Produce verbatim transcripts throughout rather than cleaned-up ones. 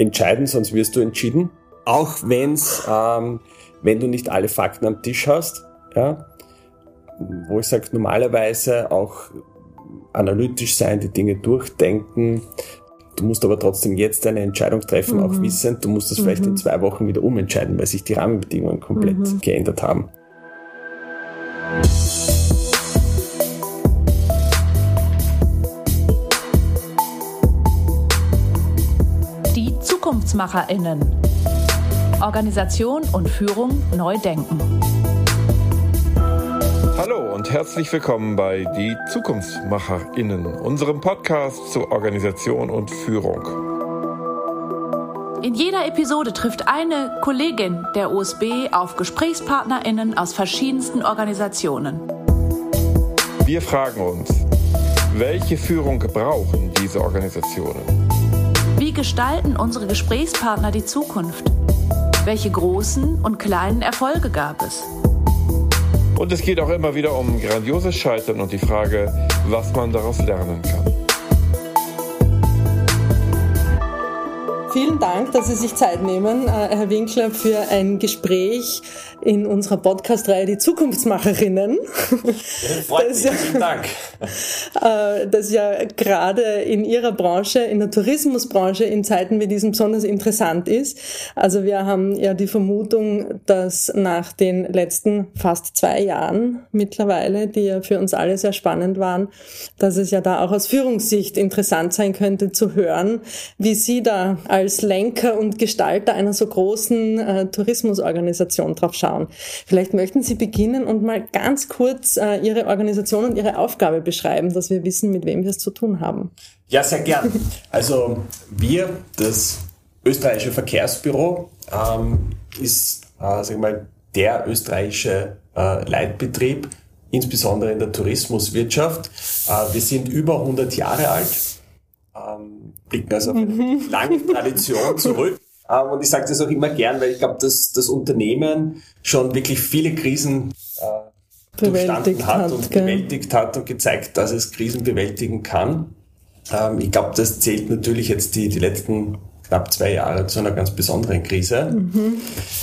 entscheiden, sonst wirst du entschieden. Auch wenn's, ähm, wenn du nicht alle Fakten am Tisch hast, ja, wo ich sage, normalerweise auch analytisch sein, die Dinge durchdenken. Du musst aber trotzdem jetzt eine Entscheidung treffen, mhm. auch wissend, du musst das mhm. vielleicht in zwei Wochen wieder umentscheiden, weil sich die Rahmenbedingungen komplett mhm. geändert haben. Die ZukunftsmacherInnen. Organisation und Führung neu denken. Hallo und herzlich willkommen bei Die ZukunftsmacherInnen, unserem Podcast zur Organisation und Führung. In jeder Episode trifft eine Kollegin der O S B auf GesprächspartnerInnen aus verschiedensten Organisationen. Wir fragen uns, welche Führung brauchen diese Organisationen? Wie gestalten unsere Gesprächspartner die Zukunft? Welche großen und kleinen Erfolge gab es? Und es geht auch immer wieder um grandioses Scheitern und die Frage, was man daraus lernen kann. Vielen Dank, dass Sie sich Zeit nehmen, Herr Winkler, für ein Gespräch in unserer Podcast-Reihe Die Zukunftsmacherinnen. Freut mich, ja, vielen Dank. Das ja gerade in Ihrer Branche, in der Tourismusbranche, in Zeiten wie diesen besonders interessant ist. Also wir haben ja die Vermutung, dass nach den letzten fast zwei Jahren mittlerweile, die ja für uns alle sehr spannend waren, dass es ja da auch aus Führungssicht interessant sein könnte zu hören, wie Sie da als Lenker und Gestalter einer so großen äh, Tourismusorganisation drauf schauen. Vielleicht möchten Sie beginnen und mal ganz kurz äh, Ihre Organisation und Ihre Aufgabe beschreiben, dass wir wissen, mit wem wir es zu tun haben. Ja, sehr gern. Also wir, das österreichische Verkehrsbüro, ähm, ist äh, sag ich mal, der österreichische äh, Leitbetrieb, insbesondere in der Tourismuswirtschaft. Äh, wir sind über hundert Jahre alt. Ähm, blicken also auf eine mhm. lange Tradition zurück. Ähm, und ich sage das auch immer gern, weil ich glaube, dass das Unternehmen schon wirklich viele Krisen äh, durchstanden hat, hat und gell? bewältigt hat und gezeigt, dass es Krisen bewältigen kann. Ähm, ich glaube, das zählt natürlich jetzt die, die letzten knapp zwei Jahre zu einer ganz besonderen Krise. Mhm.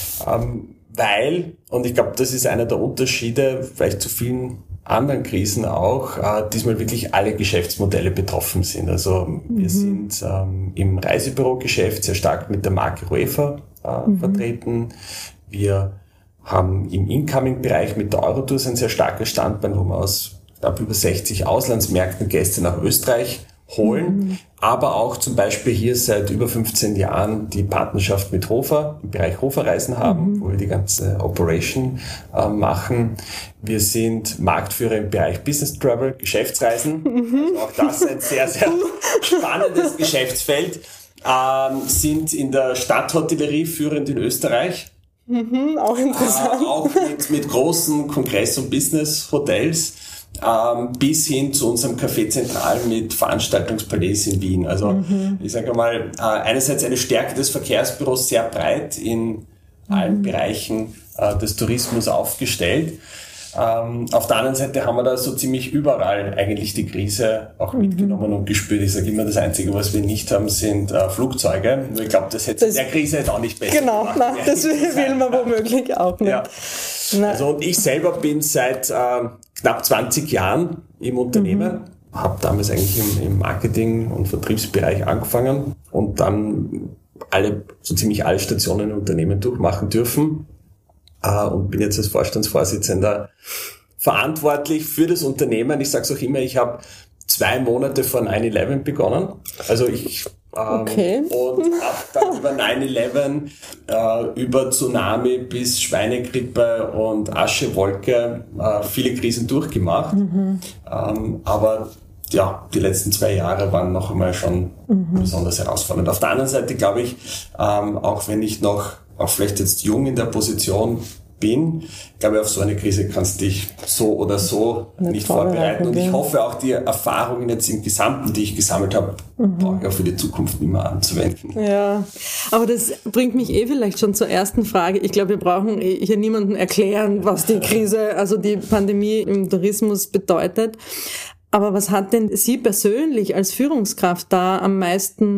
Ähm, weil, und ich glaube, das ist einer der Unterschiede, vielleicht zu vielen anderen Krisen auch, äh, diesmal wirklich alle Geschäftsmodelle betroffen sind. Also mhm. wir sind ähm, im Reisebürogeschäft sehr stark mit der Marke UEFA äh, mhm. vertreten. Wir haben im Incoming-Bereich mit der Eurotours ein sehr starkes Standbein, wo wir aus knapp über sechzig Auslandsmärkten Gäste nach Österreich holen, mhm. aber auch zum Beispiel hier seit über fünfzehn Jahren die Partnerschaft mit Hofer im Bereich Hoferreisen haben, mhm. wo wir die ganze Operation äh, machen. Wir sind Marktführer im Bereich Business Travel, Geschäftsreisen. Mhm. Also auch das ein sehr, sehr spannendes Geschäftsfeld. Ähm, sind in der Stadthotellerie führend in Österreich. Mhm, auch interessant. Äh, auch mit, mit großen Kongress- und Business-Hotels. Ähm, bis hin zu unserem Café Zentral mit Veranstaltungspalais in Wien. Also mhm. ich sage mal, äh, einerseits eine Stärke des Verkehrsbüros, sehr breit in mhm. allen Bereichen äh, des Tourismus aufgestellt. Ähm, auf der anderen Seite haben wir da so ziemlich überall eigentlich die Krise auch mhm. mitgenommen und gespürt. Ich sage immer, das Einzige, was wir nicht haben, sind äh, Flugzeuge. Nur ich glaube, das hätte das, der Krise jetzt auch nicht besser genau, gemacht. Genau, das will man womöglich auch nicht. Ja. Also und ich selber bin seit äh, knapp zwanzig Jahren im Unternehmen, mhm. habe damals eigentlich im, im Marketing- und Vertriebsbereich angefangen und dann alle, so ziemlich alle Stationen im Unternehmen durchmachen dürfen äh, und bin jetzt als Vorstandsvorsitzender verantwortlich für das Unternehmen. Ich sage es auch immer, ich habe zwei Monate vor nine eleven begonnen. Also ich Okay. Ähm, und habe dann über nine eleven, äh, über Tsunami bis Schweinegrippe und Aschewolke äh, viele Krisen durchgemacht. Mhm. Ähm, aber ja, die letzten zwei Jahre waren noch einmal schon mhm. besonders herausfordernd. Auf der anderen Seite glaube ich, ähm, auch wenn ich noch, auch vielleicht jetzt jung in der Position bin, glaube ich, auf so eine Krise kannst du dich so oder so nicht, nicht vorbereiten. Und ich hoffe auch, die Erfahrungen jetzt im Gesamten, die ich gesammelt habe, mhm. auch für die Zukunft nicht mehr anzuwenden. Ja, aber das bringt mich eh vielleicht schon zur ersten Frage. Ich glaube, wir brauchen hier niemandem erklären, was die Krise, also die Pandemie im Tourismus bedeutet. Aber was hat denn Sie persönlich als Führungskraft da am meisten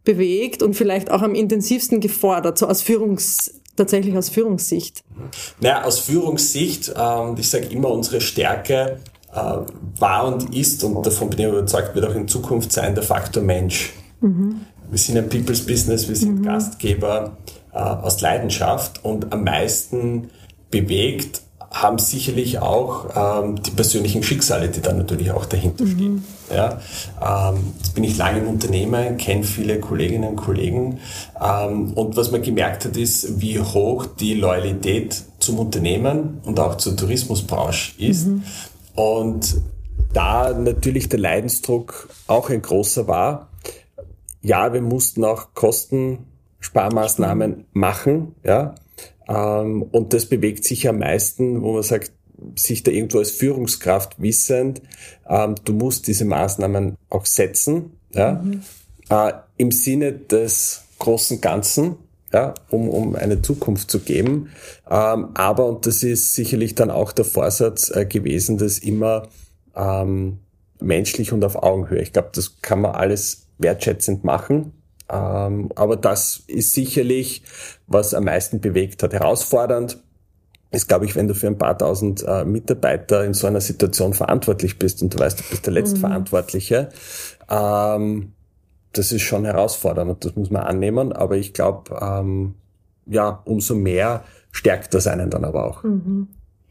bewegt und vielleicht auch am intensivsten gefordert, so aus Führungs, tatsächlich aus Führungssicht? Naja, aus Führungssicht, ähm, ich sage immer, unsere Stärke äh, war und ist, und davon bin ich überzeugt, wird auch in Zukunft sein, der Faktor Mensch. Mhm. Wir sind ein People's Business, wir sind mhm. Gastgeber äh, aus Leidenschaft, und am meisten bewegt haben sicherlich auch ähm, die persönlichen Schicksale, die dann natürlich auch dahinter mhm. stehen. Ja, ähm, jetzt bin ich lange im Unternehmen, kenne viele Kolleginnen und Kollegen, ähm, und was man gemerkt hat, ist, wie hoch die Loyalität zum Unternehmen und auch zur Tourismusbranche ist. Mhm. Und da natürlich der Leidensdruck auch ein großer war. Ja, wir mussten auch Kostensparmaßnahmen mhm. machen, ja. Ähm, und das bewegt sich am meisten, wo man sagt, sich da irgendwo als Führungskraft wissend, ähm, du musst diese Maßnahmen auch setzen, ja, mhm. äh, im Sinne des großen Ganzen, ja, um, um eine Zukunft zu geben. Ähm, aber, und das ist sicherlich dann auch der Vorsatz äh, gewesen, das immer ähm, menschlich und auf Augenhöhe. Ich glaube, das kann man alles wertschätzend machen. Ähm, aber das ist sicherlich, was am meisten bewegt hat. Herausfordernd ist, glaube ich, wenn du für ein paar tausend äh, Mitarbeiter in so einer Situation verantwortlich bist und du weißt, du bist der Letztverantwortliche. Mhm. Ähm, das ist schon herausfordernd und das muss man annehmen. Aber ich glaube, ähm, ja, umso mehr stärkt das einen dann aber auch. Mhm.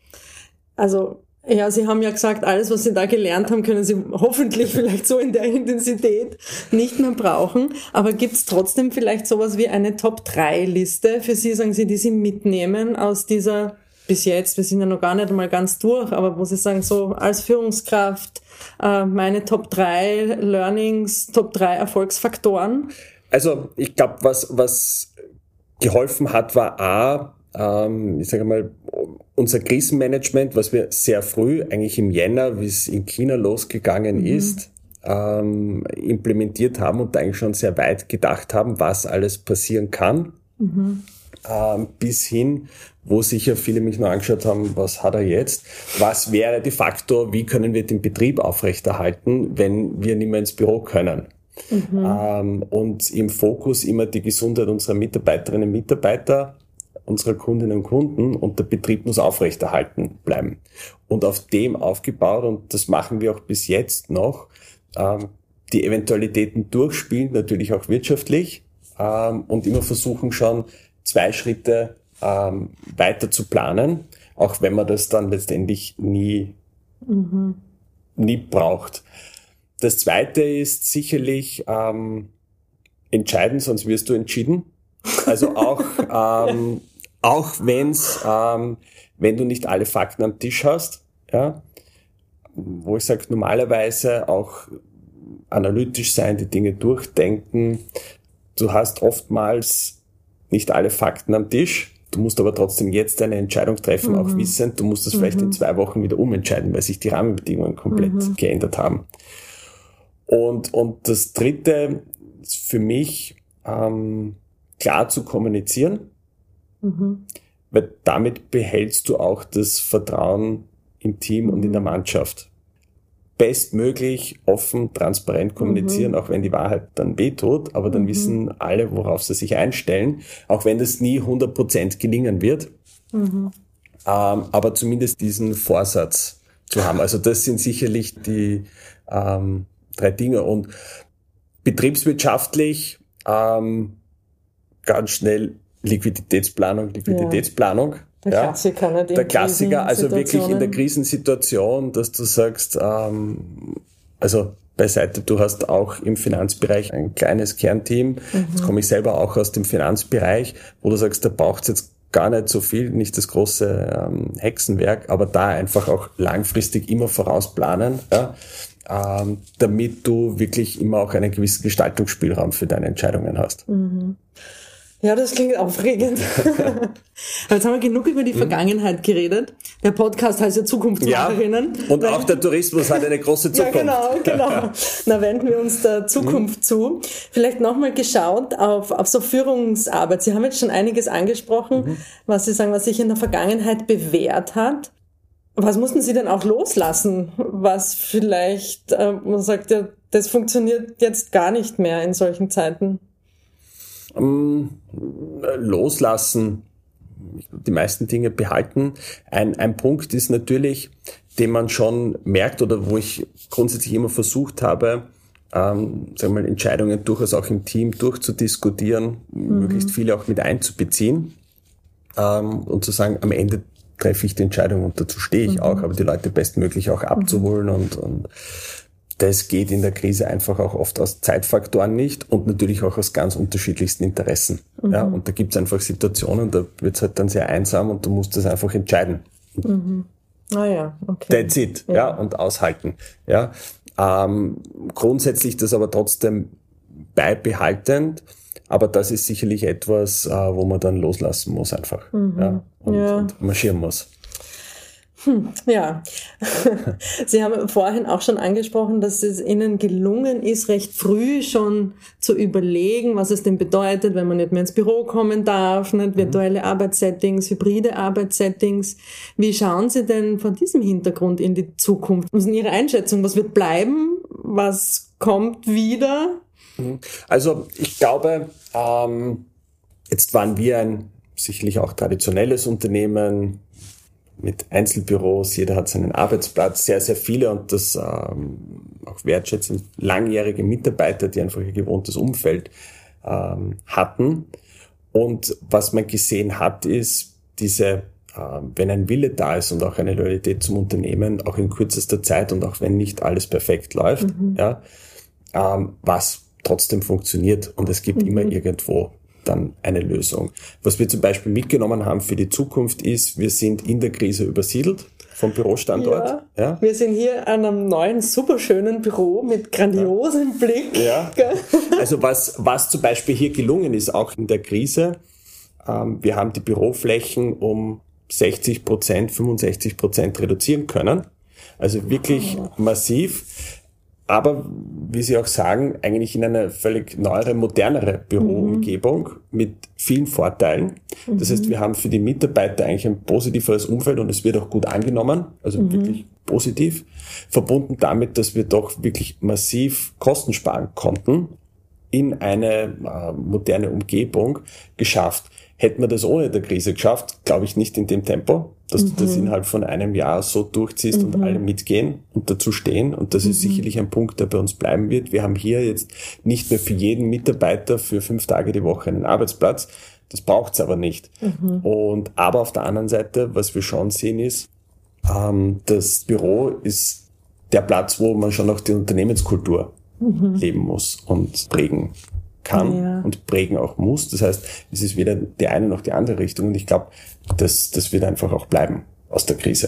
Also, ja, Sie haben ja gesagt, alles, was Sie da gelernt haben, können Sie hoffentlich vielleicht so in der Intensität nicht mehr brauchen. Aber gibt es trotzdem vielleicht sowas wie eine Top drei Liste für Sie, sagen Sie, die Sie mitnehmen aus dieser, bis jetzt, wir sind ja noch gar nicht einmal ganz durch, aber wo Sie sagen, so als Führungskraft, äh, meine Top drei Learnings, Top drei Erfolgsfaktoren? Also ich glaube, was, was geholfen hat, war A, ähm, ich sage mal, unser Krisenmanagement, was wir sehr früh, eigentlich im Jänner, wie es in China losgegangen mhm. ist, ähm, implementiert haben und eigentlich schon sehr weit gedacht haben, was alles passieren kann. Mhm. Ähm, bis hin, wo sicher viele mich noch angeschaut haben, was hat er jetzt? Was wäre de facto, wie können wir den Betrieb aufrechterhalten, wenn wir nicht mehr ins Büro können? Mhm. Ähm, und im Fokus immer die Gesundheit unserer Mitarbeiterinnen und Mitarbeiter, unserer Kundinnen und Kunden, und der Betrieb muss aufrechterhalten bleiben. Und auf dem aufgebaut, und das machen wir auch bis jetzt noch, ähm, die Eventualitäten durchspielen, natürlich auch wirtschaftlich, ähm, und immer versuchen schon zwei Schritte ähm, weiter zu planen, auch wenn man das dann letztendlich nie, mhm. nie braucht. Das Zweite ist sicherlich ähm, entscheiden, sonst wirst du entschieden. Also auch ähm, auch wenn's, ähm, wenn du nicht alle Fakten am Tisch hast, ja, wo ich sage, normalerweise auch analytisch sein, die Dinge durchdenken. Du hast oftmals nicht alle Fakten am Tisch, du musst aber trotzdem jetzt eine Entscheidung treffen, mhm. auch wissend, du musst das mhm. vielleicht in zwei Wochen wieder umentscheiden, weil sich die Rahmenbedingungen komplett mhm. geändert haben. Und, und das Dritte ist für mich, ähm, klar zu kommunizieren, mhm. weil damit behältst du auch das Vertrauen im Team mhm. und in der Mannschaft. Bestmöglich, offen, transparent kommunizieren, mhm. auch wenn die Wahrheit dann wehtut, aber dann mhm. wissen alle, worauf sie sich einstellen, auch wenn das nie hundert Prozent gelingen wird, mhm. ähm, aber zumindest diesen Vorsatz zu haben. Also das sind sicherlich die ähm, drei Dinge. Und betriebswirtschaftlich ähm, ganz schnell Liquiditätsplanung, Liquiditätsplanung. Ja. Der Klassiker, ne? Der Klassiker, also wirklich in der Krisensituation, dass du sagst, ähm, also beiseite, du hast auch im Finanzbereich ein kleines Kernteam, mhm. jetzt komme ich selber auch aus dem Finanzbereich, wo du sagst, da braucht es jetzt gar nicht so viel, nicht das große ähm, Hexenwerk, aber da einfach auch langfristig immer vorausplanen, ja, ähm, damit du wirklich immer auch einen gewissen Gestaltungsspielraum für deine Entscheidungen hast. Mhm. Ja, das klingt aufregend. Aber jetzt haben wir genug über die Vergangenheit geredet. Der Podcast heißt ja Zukunftsmacherinnen. Ja, und auch der Tourismus hat eine große Zukunft. Ja, genau, genau. Na, wenden wir uns der Zukunft mhm. zu. Vielleicht nochmal geschaut auf, auf so Führungsarbeit. Sie haben jetzt schon einiges angesprochen, mhm. was Sie sagen, was sich in der Vergangenheit bewährt hat. Was mussten Sie denn auch loslassen? Was vielleicht, äh, man sagt ja, das funktioniert jetzt gar nicht mehr in solchen Zeiten. Ähm, loslassen, die meisten Dinge behalten. Ein, ein Punkt ist natürlich, den man schon merkt oder wo ich grundsätzlich immer versucht habe, ähm, sagen wir mal, Entscheidungen durchaus auch im Team durchzudiskutieren, mhm. möglichst viele auch mit einzubeziehen ähm, und zu sagen, am Ende treffe ich die Entscheidung und dazu stehe ich mhm. auch, aber die Leute bestmöglich auch abzuholen mhm. und, und das geht in der Krise einfach auch oft aus Zeitfaktoren nicht und natürlich auch aus ganz unterschiedlichsten Interessen. Mhm. Ja, und da gibt es einfach Situationen, da wird es halt dann sehr einsam und du musst das einfach entscheiden. Mhm. Ah ja, okay. That's it, ja, ja und aushalten. Ja, ähm, grundsätzlich das aber trotzdem beibehaltend, aber das ist sicherlich etwas, äh, wo man dann loslassen muss einfach mhm. ja, und, ja. und marschieren muss. Hm, ja, Sie haben vorhin auch schon angesprochen, dass es Ihnen gelungen ist, recht früh schon zu überlegen, was es denn bedeutet, wenn man nicht mehr ins Büro kommen darf, nicht virtuelle mhm. Arbeitssettings, hybride Arbeitssettings. Wie schauen Sie denn vor diesem Hintergrund in die Zukunft? Was ist Ihre Einschätzung? Was wird bleiben? Was kommt wieder? Also ich glaube, ähm, jetzt waren wir ein sicherlich auch traditionelles Unternehmen, mit Einzelbüros, jeder hat seinen Arbeitsplatz, sehr, sehr viele und das ähm, auch wertschätzend langjährige Mitarbeiter, die einfach ihr gewohntes Umfeld ähm, hatten. Und was man gesehen hat, ist diese, äh, wenn ein Wille da ist und auch eine Loyalität zum Unternehmen, auch in kürzester Zeit und auch wenn nicht alles perfekt läuft, mhm. ja, ähm, was trotzdem funktioniert und es gibt mhm. immer irgendwo dann eine Lösung. Was wir zum Beispiel mitgenommen haben für die Zukunft ist, wir sind in der Krise übersiedelt vom Bürostandort. Ja, ja. Wir sind hier an einem neuen, superschönen Büro mit grandiosem ja. Blick. Ja. Also was, was zum Beispiel hier gelungen ist, auch in der Krise, ähm, wir haben die Büroflächen um sechzig Prozent, fünfundsechzig Prozent reduzieren können. Also wirklich wow. massiv. Aber, wie Sie auch sagen, eigentlich in eine völlig neuere, modernere Büroumgebung mhm. mit vielen Vorteilen. Mhm. Das heißt, wir haben für die Mitarbeiter eigentlich ein positiveres Umfeld und es wird auch gut angenommen, also mhm. wirklich positiv, verbunden damit, dass wir doch wirklich massiv Kosten sparen konnten, in eine äh, moderne Umgebung geschafft. Hätten wir das ohne der Krise geschafft, glaube ich nicht in dem Tempo, dass mhm. du das innerhalb von einem Jahr so durchziehst mhm. und alle mitgehen und dazu stehen. Und das mhm. ist sicherlich ein Punkt, der bei uns bleiben wird. Wir haben hier jetzt nicht mehr für jeden Mitarbeiter für fünf Tage die Woche einen Arbeitsplatz. Das braucht's aber nicht. Mhm. Und aber auf der anderen Seite, was wir schon sehen ist, ähm, das Büro ist der Platz, wo man schon auch die Unternehmenskultur mhm. leben muss und prägen kann ja. und prägen auch muss. Das heißt, es ist weder die eine noch die andere Richtung. Und ich glaube, das, das wird einfach auch bleiben aus der Krise.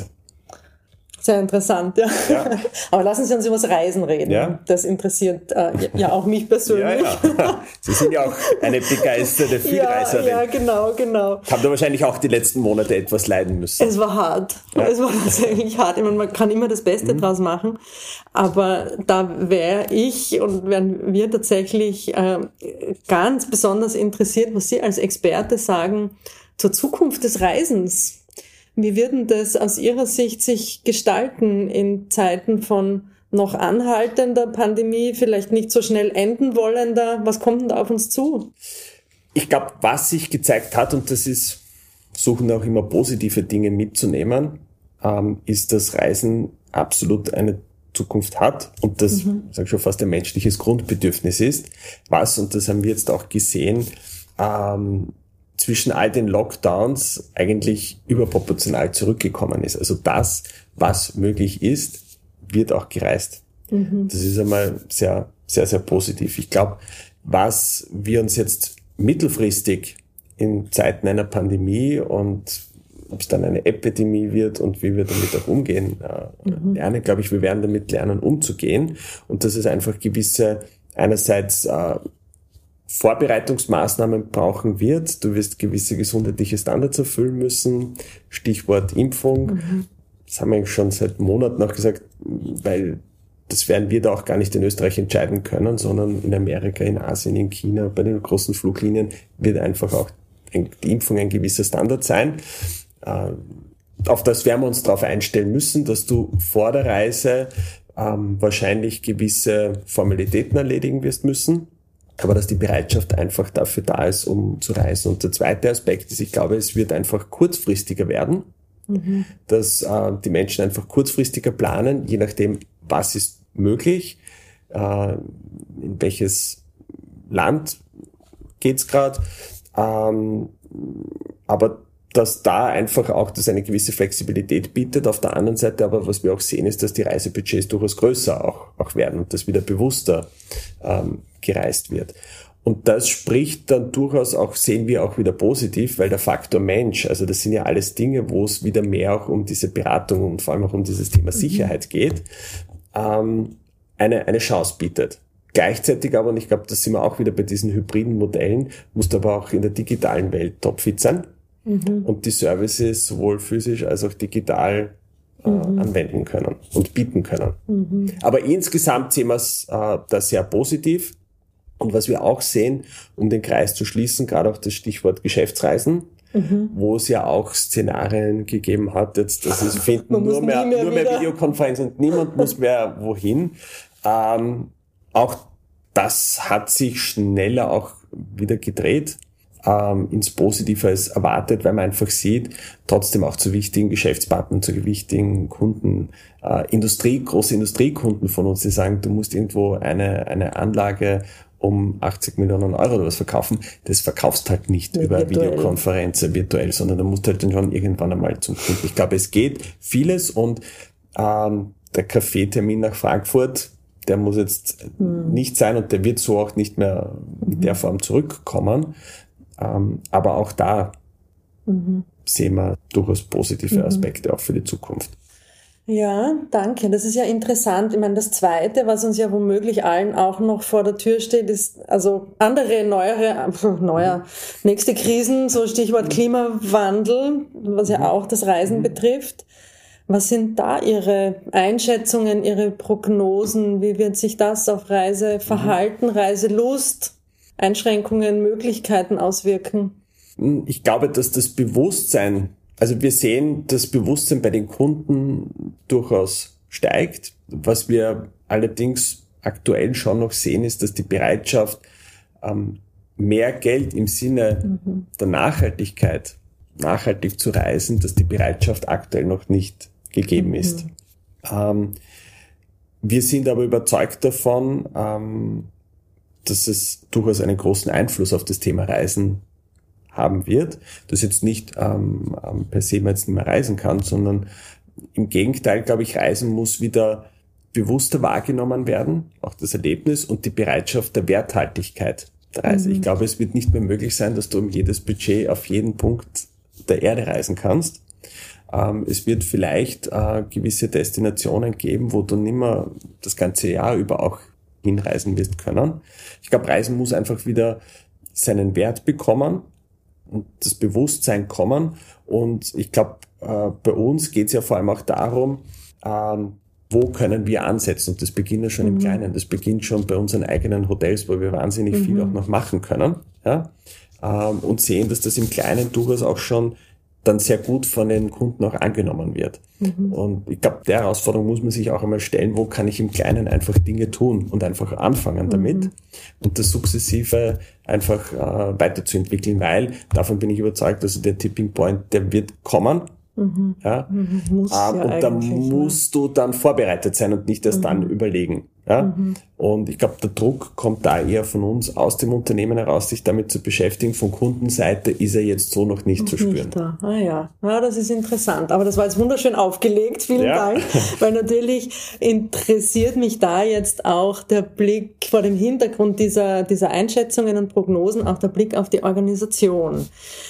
Sehr interessant, ja. ja. Aber lassen Sie uns über das Reisen reden. Ja. Das interessiert äh, ja auch mich persönlich. Ja, ja. Sie sind ja auch eine begeisterte Vielreiserin. Ja, ja, genau, genau. Haben da wahrscheinlich auch die letzten Monate etwas leiden müssen. Es war hart. Ja. Es war tatsächlich hart. Ich meine, man kann immer das Beste mhm. draus machen. Aber da wäre ich und wären wir tatsächlich äh, ganz besonders interessiert, was Sie als Experte sagen zur Zukunft des Reisens. Wie wird denn das aus Ihrer Sicht sich gestalten in Zeiten von noch anhaltender Pandemie, vielleicht nicht so schnell enden wollender? Was kommt denn da auf uns zu? Ich glaube, was sich gezeigt hat, und das ist, versuchen auch immer positive Dinge mitzunehmen, ähm, ist, dass Reisen absolut eine Zukunft hat und das, mhm. ich sage schon fast ein menschliches Grundbedürfnis ist. Was, und das haben wir jetzt auch gesehen, ähm, zwischen all den Lockdowns eigentlich überproportional zurückgekommen ist. Also das, was möglich ist, wird auch gereist. Mhm. Das ist einmal sehr, sehr, sehr positiv. Ich glaube, was wir uns jetzt mittelfristig in Zeiten einer Pandemie und ob es dann eine Epidemie wird und wie wir damit auch umgehen, äh, mhm. lernen, glaube ich, wir werden damit lernen, umzugehen. Und dass es einfach gewisse, einerseits äh, Vorbereitungsmaßnahmen brauchen wird. Du wirst gewisse gesundheitliche Standards erfüllen müssen. Stichwort Impfung. Mhm. Das haben wir eigentlich schon seit Monaten auch gesagt, weil das werden wir da auch gar nicht in Österreich entscheiden können, sondern in Amerika, in Asien, in China, bei den großen Fluglinien wird einfach auch die Impfung ein gewisser Standard sein. Auf das werden wir uns darauf einstellen müssen, dass du vor der Reise ähm, wahrscheinlich gewisse Formalitäten erledigen wirst müssen. aber dass die Bereitschaft einfach dafür da ist, um zu reisen. Und der zweite Aspekt ist, ich glaube, es wird einfach kurzfristiger werden, mhm. dass äh, die Menschen einfach kurzfristiger planen, je nachdem, was ist möglich, äh, in welches Land geht's gerade, ähm, aber dass da einfach auch das eine gewisse Flexibilität bietet. Auf der anderen Seite aber, was wir auch sehen, ist, dass die Reisebudgets durchaus größer auch, auch werden und dass wieder bewusster ähm, gereist wird. Und das spricht dann durchaus auch, sehen wir auch wieder positiv, weil der Faktor Mensch, also das sind ja alles Dinge, wo es wieder mehr auch um diese Beratung und vor allem auch um dieses Thema Sicherheit geht, ähm, eine, eine Chance bietet. Gleichzeitig aber, und ich glaube, da sind wir auch wieder bei diesen hybriden Modellen, musst du aber auch in der digitalen Welt topfit sein. Mhm. Und die Services sowohl physisch als auch digital äh, mhm. anwenden können und bieten können. Mhm. Aber insgesamt sehen wir es äh, da sehr positiv. Und was wir auch sehen, um den Kreis zu schließen, gerade auch das Stichwort Geschäftsreisen, mhm. wo es ja auch Szenarien gegeben hat, jetzt, dass es finden nur mehr, mehr, nur mehr Videokonferenzen und niemand muss mehr wohin. Ähm, auch das hat sich schneller auch wieder gedreht. ins Positive als erwartet, weil man einfach sieht, trotzdem auch zu wichtigen Geschäftspartnern, zu wichtigen Kunden, äh, Industrie, große Industriekunden von uns, die sagen, du musst irgendwo eine eine Anlage um achtzig Millionen Euro oder was verkaufen, das verkaufst halt nicht ja, über virtuell. Videokonferenz virtuell, sondern da musst du halt dann schon irgendwann einmal zum Kunden. Ich glaube, es geht vieles und ähm, der Kaffeetermin nach Frankfurt, der muss jetzt hm. nicht sein und der wird so auch nicht mehr in der Form zurückkommen. Ähm, aber auch da mhm. sehen wir durchaus positive Aspekte mhm. auch für die Zukunft. Ja, danke. Das ist ja interessant. Ich meine, das Zweite, was uns ja womöglich allen auch noch vor der Tür steht, ist also andere, neuere, neuer, nächste Krisen, so Stichwort Klimawandel, was ja auch das Reisen mhm. betrifft. Was sind da Ihre Einschätzungen, Ihre Prognosen? Wie wird sich das auf Reiseverhalten, mhm. Reiselust, Einschränkungen, Möglichkeiten auswirken? Ich glaube, dass das Bewusstsein, also wir sehen, das Bewusstsein bei den Kunden durchaus steigt. Was wir allerdings aktuell schon noch sehen, ist, dass die Bereitschaft, ähm, mehr Geld im Sinne mhm. der Nachhaltigkeit, nachhaltig zu reisen, dass die Bereitschaft aktuell noch nicht gegeben mhm. ist. Ähm, wir sind aber überzeugt davon, ähm, dass es durchaus einen großen Einfluss auf das Thema Reisen haben wird. Das jetzt nicht ähm, per se man jetzt nicht mehr reisen kann, sondern im Gegenteil, glaube ich, Reisen muss wieder bewusster wahrgenommen werden, auch das Erlebnis und die Bereitschaft der Werthaltigkeit der Reise. Mhm. Ich glaube, es wird nicht mehr möglich sein, dass du um jedes Budget auf jeden Punkt der Erde reisen kannst. Ähm, es wird vielleicht äh, gewisse Destinationen geben, wo du nicht mehr das ganze Jahr über auch hinreisen wirst können. Ich glaube, Reisen muss einfach wieder seinen Wert bekommen und das Bewusstsein kommen. Und ich glaube, äh, bei uns geht es ja vor allem auch darum, ähm, wo können wir ansetzen? Und das beginnt ja schon mhm. im Kleinen. Das beginnt schon bei unseren eigenen Hotels, wo wir wahnsinnig mhm. viel auch noch machen können. Ja? Ähm, und sehen, dass das im Kleinen durchaus auch schon dann sehr gut von den Kunden auch angenommen wird. Mhm. Und ich glaube, der Herausforderung muss man sich auch einmal stellen, wo kann ich im Kleinen einfach Dinge tun und einfach anfangen damit mhm. und das sukzessive einfach äh, weiterzuentwickeln, weil davon bin ich überzeugt, also der Tipping Point, der wird kommen. Mhm. Ja? Mhm. Muss ähm, ja und da musst ja. du dann vorbereitet sein und nicht erst mhm. dann überlegen. Ja? Mhm. Und ich glaube, der Druck kommt da eher von uns aus dem Unternehmen heraus, sich damit zu beschäftigen. Von Kundenseite ist er jetzt so noch nicht noch zu spüren. Nicht da. Ah ja. ja, das ist interessant. Aber das war jetzt wunderschön aufgelegt. Vielen ja. Dank. Weil natürlich interessiert mich da jetzt auch der Blick vor dem Hintergrund dieser, dieser Einschätzungen und Prognosen, auch der Blick auf die Organisation.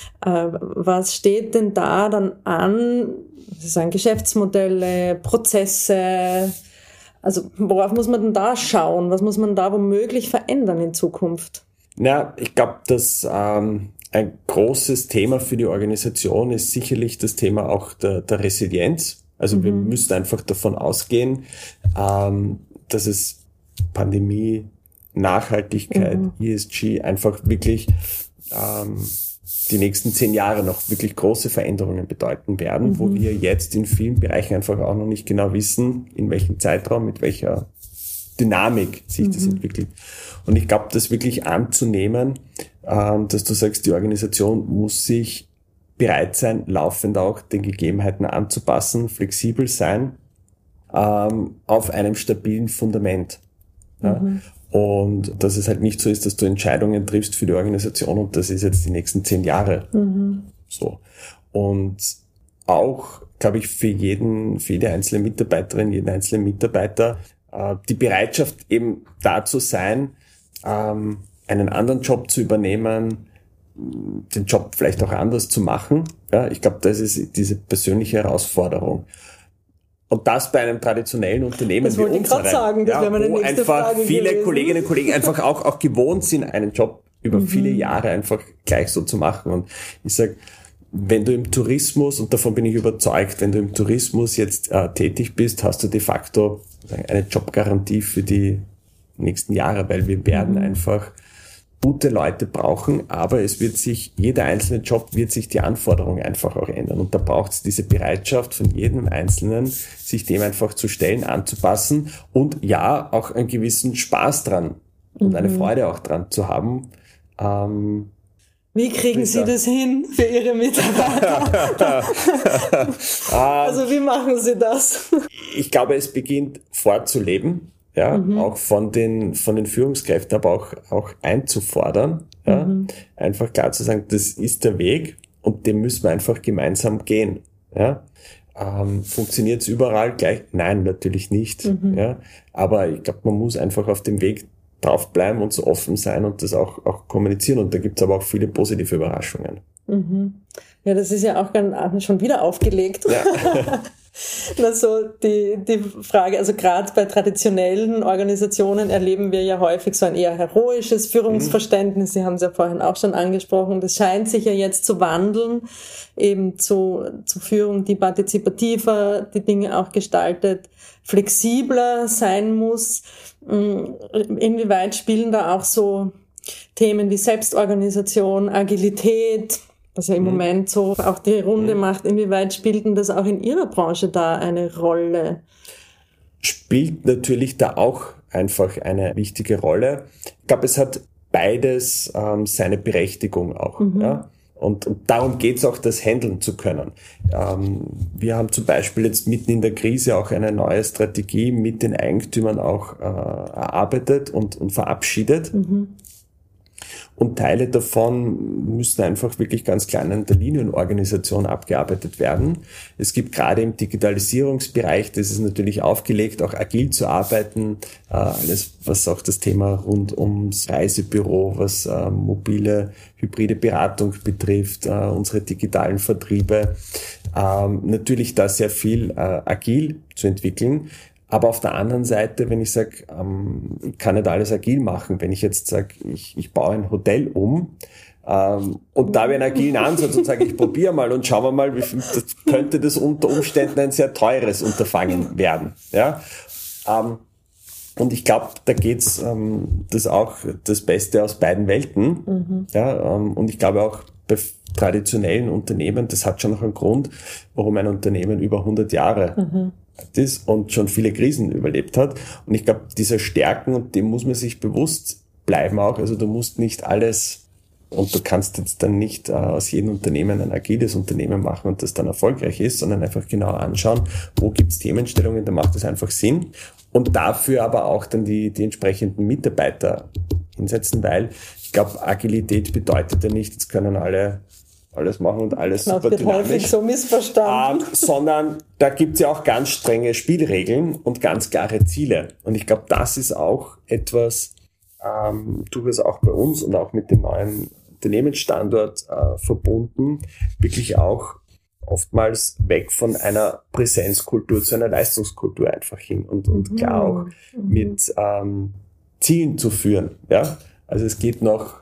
Was steht denn da dann an? Das sind Geschäftsmodelle, Prozesse. Also worauf muss man denn da schauen? Was muss man da womöglich verändern in Zukunft? Na, ich glaube, dass ähm, ein großes Thema für die Organisation ist sicherlich das Thema auch der, der Resilienz. Also mhm. wir müssen einfach davon ausgehen, ähm, dass es Pandemie, Nachhaltigkeit, mhm. E S G einfach wirklich ähm, die nächsten zehn Jahre noch wirklich große Veränderungen bedeuten werden, mhm. wo wir jetzt in vielen Bereichen einfach auch noch nicht genau wissen, in welchem Zeitraum, mit welcher Dynamik sich mhm. das entwickelt. Und ich glaube, das wirklich anzunehmen, ähm, dass du sagst, die Organisation muss sich bereit sein, laufend auch den Gegebenheiten anzupassen, flexibel sein, ähm, auf einem stabilen Fundament. Ja? Mhm. Und dass es halt nicht so ist, dass du Entscheidungen triffst für die Organisation und das ist jetzt die nächsten zehn Jahre. Mhm. So. Und auch, glaube ich, für jeden, für jede einzelne Mitarbeiterin, jeden einzelnen Mitarbeiter, äh, die Bereitschaft eben da zu sein, ähm, einen anderen Job zu übernehmen, den Job vielleicht auch anders zu machen. Ja, ich glaube, das ist diese persönliche Herausforderung. Und das bei einem traditionellen Unternehmen das wie unserem, ich gerade sagen, das ja, wäre meine wo nächste einfach Frage viele gewesen. Kolleginnen und Kollegen einfach auch, auch gewohnt sind, einen Job über mhm. viele Jahre einfach gleich so zu machen. Und ich sage, wenn du im Tourismus, und davon bin ich überzeugt, wenn du im Tourismus jetzt äh, tätig bist, hast du de facto eine Jobgarantie für die nächsten Jahre, weil wir werden mhm. einfach gute Leute brauchen, aber es wird sich, jeder einzelne Job wird sich die Anforderungen einfach auch ändern. Und da braucht es diese Bereitschaft von jedem Einzelnen, sich dem einfach zu stellen, anzupassen und ja, auch einen gewissen Spaß dran und mhm. eine Freude auch dran zu haben. Ähm, Wie kriegen Sie das hin für Ihre Mitarbeiter? Also wie machen Sie das? Ich glaube, es beginnt vorzuleben. Ja, mhm. auch von den, von den Führungskräften, aber auch, auch einzufordern, ja, mhm. einfach klar zu sagen, das ist der Weg und den müssen wir einfach gemeinsam gehen, ja. Ähm, funktioniert es überall gleich? Nein, natürlich nicht, mhm. ja. Aber ich glaube, man muss einfach auf dem Weg draufbleiben und so offen sein und das auch, auch kommunizieren und da gibt es aber auch viele positive Überraschungen. Mhm. Ja, das ist ja auch ganz, schon wieder aufgelegt. Ja. Also die, die Frage, also gerade bei traditionellen Organisationen erleben wir ja häufig so ein eher heroisches Führungsverständnis. Sie haben es ja vorhin auch schon angesprochen. Das scheint sich ja jetzt zu wandeln, eben zu, zu Führung, die partizipativer die Dinge auch gestaltet, flexibler sein muss. Inwieweit spielen da auch so Themen wie Selbstorganisation, Agilität, was ja im mhm. Moment so auch die Runde mhm. macht, inwieweit spielt denn das auch in Ihrer Branche da eine Rolle? Spielt natürlich da auch einfach eine wichtige Rolle. Ich glaube, es hat beides ähm, seine Berechtigung auch. Mhm. Ja? Und, und darum geht's auch, das handeln zu können. Ähm, wir haben zum Beispiel jetzt mitten in der Krise auch eine neue Strategie mit den Eigentümern auch äh, erarbeitet und, und verabschiedet. Mhm. Und Teile davon müssen einfach wirklich ganz klar in der Linienorganisation abgearbeitet werden. Es gibt gerade im Digitalisierungsbereich, das ist natürlich aufgelegt, auch agil zu arbeiten. Alles, was auch das Thema rund ums Reisebüro, was äh, mobile, hybride Beratung betrifft, äh, unsere digitalen Vertriebe. Ähm, natürlich da sehr viel äh, agil zu entwickeln. Aber auf der anderen Seite, wenn ich sage, ähm, ich kann nicht alles agil machen, wenn ich jetzt sage, ich, ich baue ein Hotel um ähm, und da habe ich einen agilen Ansatz und sage, ich probiere mal und schauen wir mal, wie viel, das könnte das unter Umständen ein sehr teures Unterfangen werden. Ja, ähm, und ich glaube, da geht's ähm, das auch das Beste aus beiden Welten. Mhm. Ja, ähm, und ich glaube auch bei traditionellen Unternehmen, das hat schon noch einen Grund, warum ein Unternehmen über hundert Jahre mhm. ist und schon viele Krisen überlebt hat. Und ich glaube, diese Stärken, und dem muss man sich bewusst bleiben auch. Also du musst nicht alles, und du kannst jetzt dann nicht äh, aus jedem Unternehmen ein agiles Unternehmen machen und das dann erfolgreich ist, sondern einfach genau anschauen, wo gibt's Themenstellungen, da macht es einfach Sinn. Und dafür aber auch dann die, die entsprechenden Mitarbeiter hinsetzen, weil ich glaube, Agilität bedeutet ja nicht, jetzt können alle alles machen und alles das super wird dynamisch. Häufig so missverstanden. Ähm, sondern da gibt's ja auch ganz strenge Spielregeln und ganz klare Ziele. Und ich glaube, das ist auch etwas, ähm, durchaus auch bei uns und auch mit dem neuen Unternehmensstandort äh, verbunden, wirklich auch oftmals weg von einer Präsenzkultur zu einer Leistungskultur einfach hin und, und mhm. klar auch mhm. mit ähm, Zielen zu führen. Ja, also es geht noch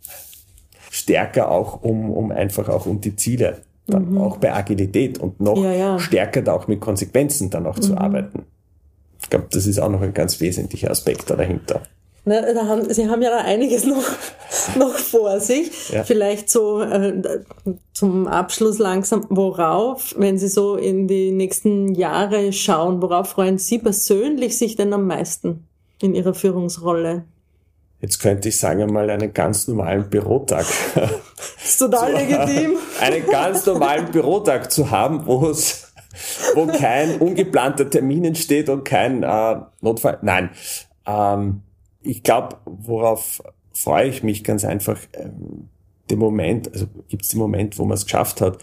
stärker auch um, um einfach auch um die Ziele, dann mhm. auch bei Agilität und noch ja, ja. stärker da auch mit Konsequenzen dann auch mhm. zu arbeiten. Ich glaube, das ist auch noch ein ganz wesentlicher Aspekt da dahinter. Na, da haben, Sie haben ja da einiges noch, noch vor sich. Ja. Vielleicht so äh, zum Abschluss langsam, worauf, wenn Sie so in die nächsten Jahre schauen, worauf freuen Sie persönlich sich denn am meisten in Ihrer Führungsrolle? jetzt könnte ich sagen einmal einen ganz normalen Bürotag. Das ist total so, legitim. Einen ganz normalen Bürotag zu haben, wo es, wo kein ungeplanter Termin entsteht und kein äh, Notfall. Nein, ähm, ich glaube, worauf freue ich mich ganz einfach, ähm, den Moment, also gibt es den Moment, wo man es geschafft hat?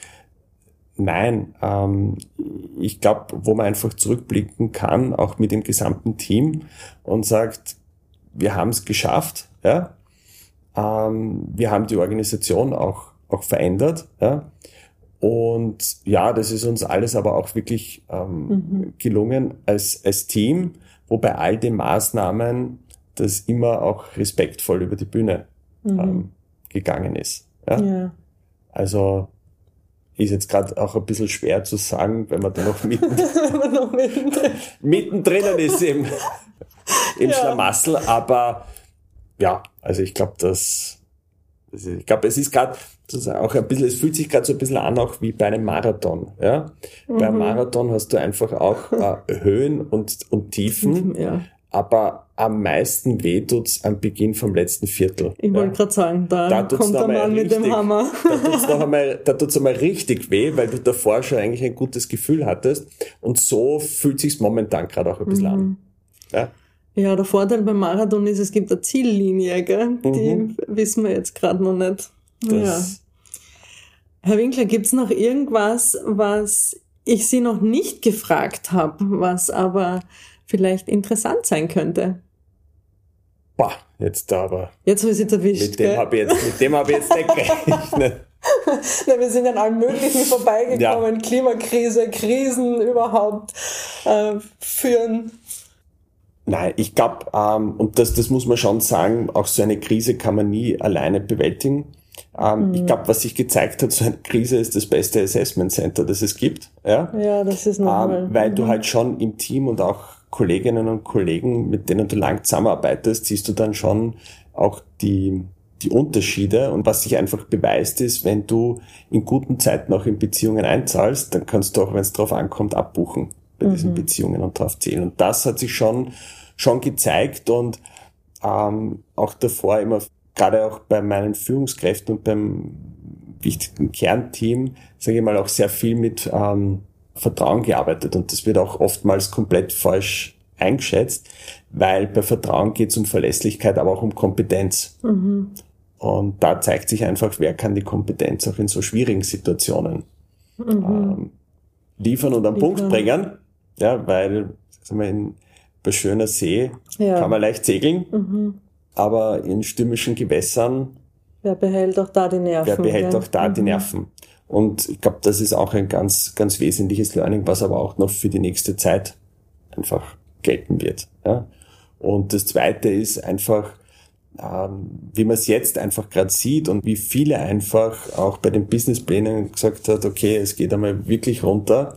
Nein, ähm, ich glaube, wo man einfach zurückblicken kann, auch mit dem gesamten Team und sagt, wir haben es geschafft, ja. Ähm, wir haben die Organisation auch auch verändert, ja. Und ja, das ist uns alles aber auch wirklich ähm, mhm. gelungen als als Team, wo bei all den Maßnahmen das immer auch respektvoll über die Bühne mhm. ähm, gegangen ist. Ja. Ja. Also ist jetzt gerade auch ein bisschen schwer zu sagen, wenn man da noch mitten, noch mittendrin. mittendrin ist im, im ja. Schlamassel, aber ja, also ich glaube, dass, ich glaube, es ist gerade auch ein bisschen, es fühlt sich gerade so ein bisschen an, auch wie bei einem Marathon, ja. Mhm. Beim Marathon hast du einfach auch äh, Höhen und, und Tiefen, ja. aber am meisten weh tut's am Beginn vom letzten Viertel. Ich wollte ja. gerade sagen, da, da kommt der Mann mit dem Hammer. Da tut's noch einmal, da tut's einmal richtig weh, weil du davor schon eigentlich ein gutes Gefühl hattest. Und so fühlt sich's momentan gerade auch ein bisschen mhm. an. Ja? Ja, der Vorteil beim Marathon ist, es gibt eine Ziellinie, gell? Die mhm. wissen wir jetzt gerade noch nicht. Ja. Herr Winkler, gibt's noch irgendwas, was ich Sie noch nicht gefragt habe, was aber vielleicht interessant sein könnte? Boah, jetzt aber. Jetzt habe ich es erwischt. Mit dem habe ich jetzt, mit dem habe ich jetzt nicht gerechnet. Na, wir sind an allem Möglichen vorbeigekommen. Ja. Klimakrise, Krisen überhaupt äh, führen. Nein, ich glaube, ähm, und das, das muss man schon sagen, auch so eine Krise kann man nie alleine bewältigen. Ähm, mhm. Ich glaube, was sich gezeigt hat, so eine Krise ist das beste Assessment Center, das es gibt. Ja, ja das ist normal. Ähm, weil mhm. du halt schon im Team und auch Kolleginnen und Kollegen, mit denen du lang zusammenarbeitest, siehst du dann schon auch die, die Unterschiede. Und was sich einfach beweist ist, wenn du in guten Zeiten auch in Beziehungen einzahlst, dann kannst du auch, wenn es drauf ankommt, abbuchen bei mhm. diesen Beziehungen und drauf zählen. Und das hat sich schon, schon gezeigt und ähm, auch davor immer, gerade auch bei meinen Führungskräften und beim wichtigen Kernteam, sage ich mal, auch sehr viel mit ähm, Vertrauen gearbeitet und das wird auch oftmals komplett falsch eingeschätzt, weil bei Vertrauen geht es um Verlässlichkeit, aber auch um Kompetenz. Mhm. Und da zeigt sich einfach, wer kann die Kompetenz auch in so schwierigen Situationen mhm. ähm, liefern und am liefern. Punkt bringen, ja, weil sagen wir, in, bei schöner See ja. kann man leicht segeln, mhm. aber in stürmischen Gewässern wer behält auch da die Nerven? Wer behält ja. auch da mhm. die Nerven? Und ich glaube, das ist auch ein ganz, ganz wesentliches Learning, was aber auch noch für die nächste Zeit einfach gelten wird. Ja? Und das Zweite ist einfach, ähm, wie man es jetzt einfach gerade sieht und wie viele einfach auch bei den Businessplänen gesagt hat, okay, es geht einmal wirklich runter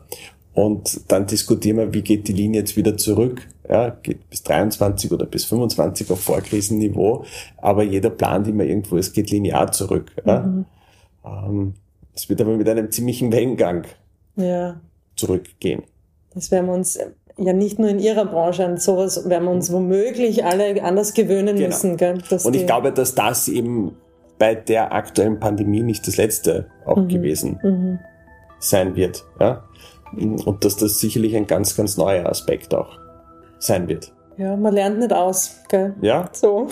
und dann diskutieren wir, wie geht die Linie jetzt wieder zurück. Ja, geht bis dreiundzwanzig oder bis fünfundzwanzig auf Vorkrisenniveau, aber jeder plant immer irgendwo, es geht linear zurück. Ja? Mhm. Ähm, Es wird aber mit einem ziemlichen Wellengang ja. zurückgehen. Das werden wir uns ja nicht nur in Ihrer Branche an sowas, werden wir uns womöglich alle anders gewöhnen genau. müssen. Gell? Dass Und ich glaube, dass das eben bei der aktuellen Pandemie nicht das Letzte auch mhm. gewesen mhm. sein wird. Ja? Und dass das sicherlich ein ganz, ganz neuer Aspekt auch sein wird. Ja, man lernt nicht aus. Gell? Ja. So.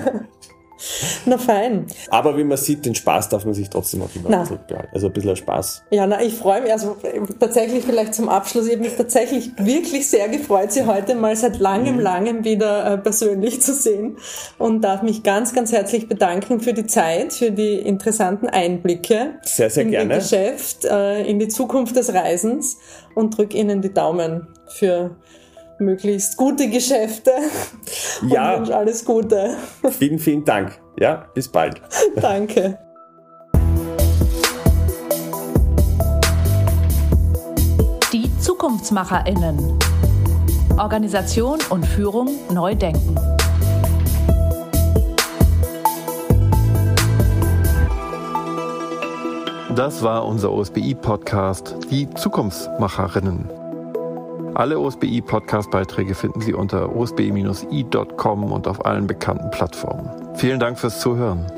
Na fein. Aber wie man sieht, den Spaß darf man sich trotzdem auch immer zurückbehalten. Also ein bisschen Spaß. Ja, na, ich freue mich, also tatsächlich vielleicht zum Abschluss, ich habe mich tatsächlich wirklich sehr gefreut, Sie heute mal seit langem, mhm. langem wieder äh, persönlich zu sehen und darf mich ganz, ganz herzlich bedanken für die Zeit, für die interessanten Einblicke. Sehr, sehr in gerne. Ihr Geschäft, äh, in die Zukunft des Reisens und drücke Ihnen die Daumen für möglichst gute Geschäfte und ja. wünsche alles Gute. Vielen, vielen Dank. Ja, bis bald. Danke. Die ZukunftsmacherInnen. Organisation und Führung neu denken. Das war unser O S B I-Podcast, die Zukunftsmacherinnen. Alle O S B I-Podcast-Beiträge finden Sie unter o s b i Bindestrich i Punkt com und auf allen bekannten Plattformen. Vielen Dank fürs Zuhören.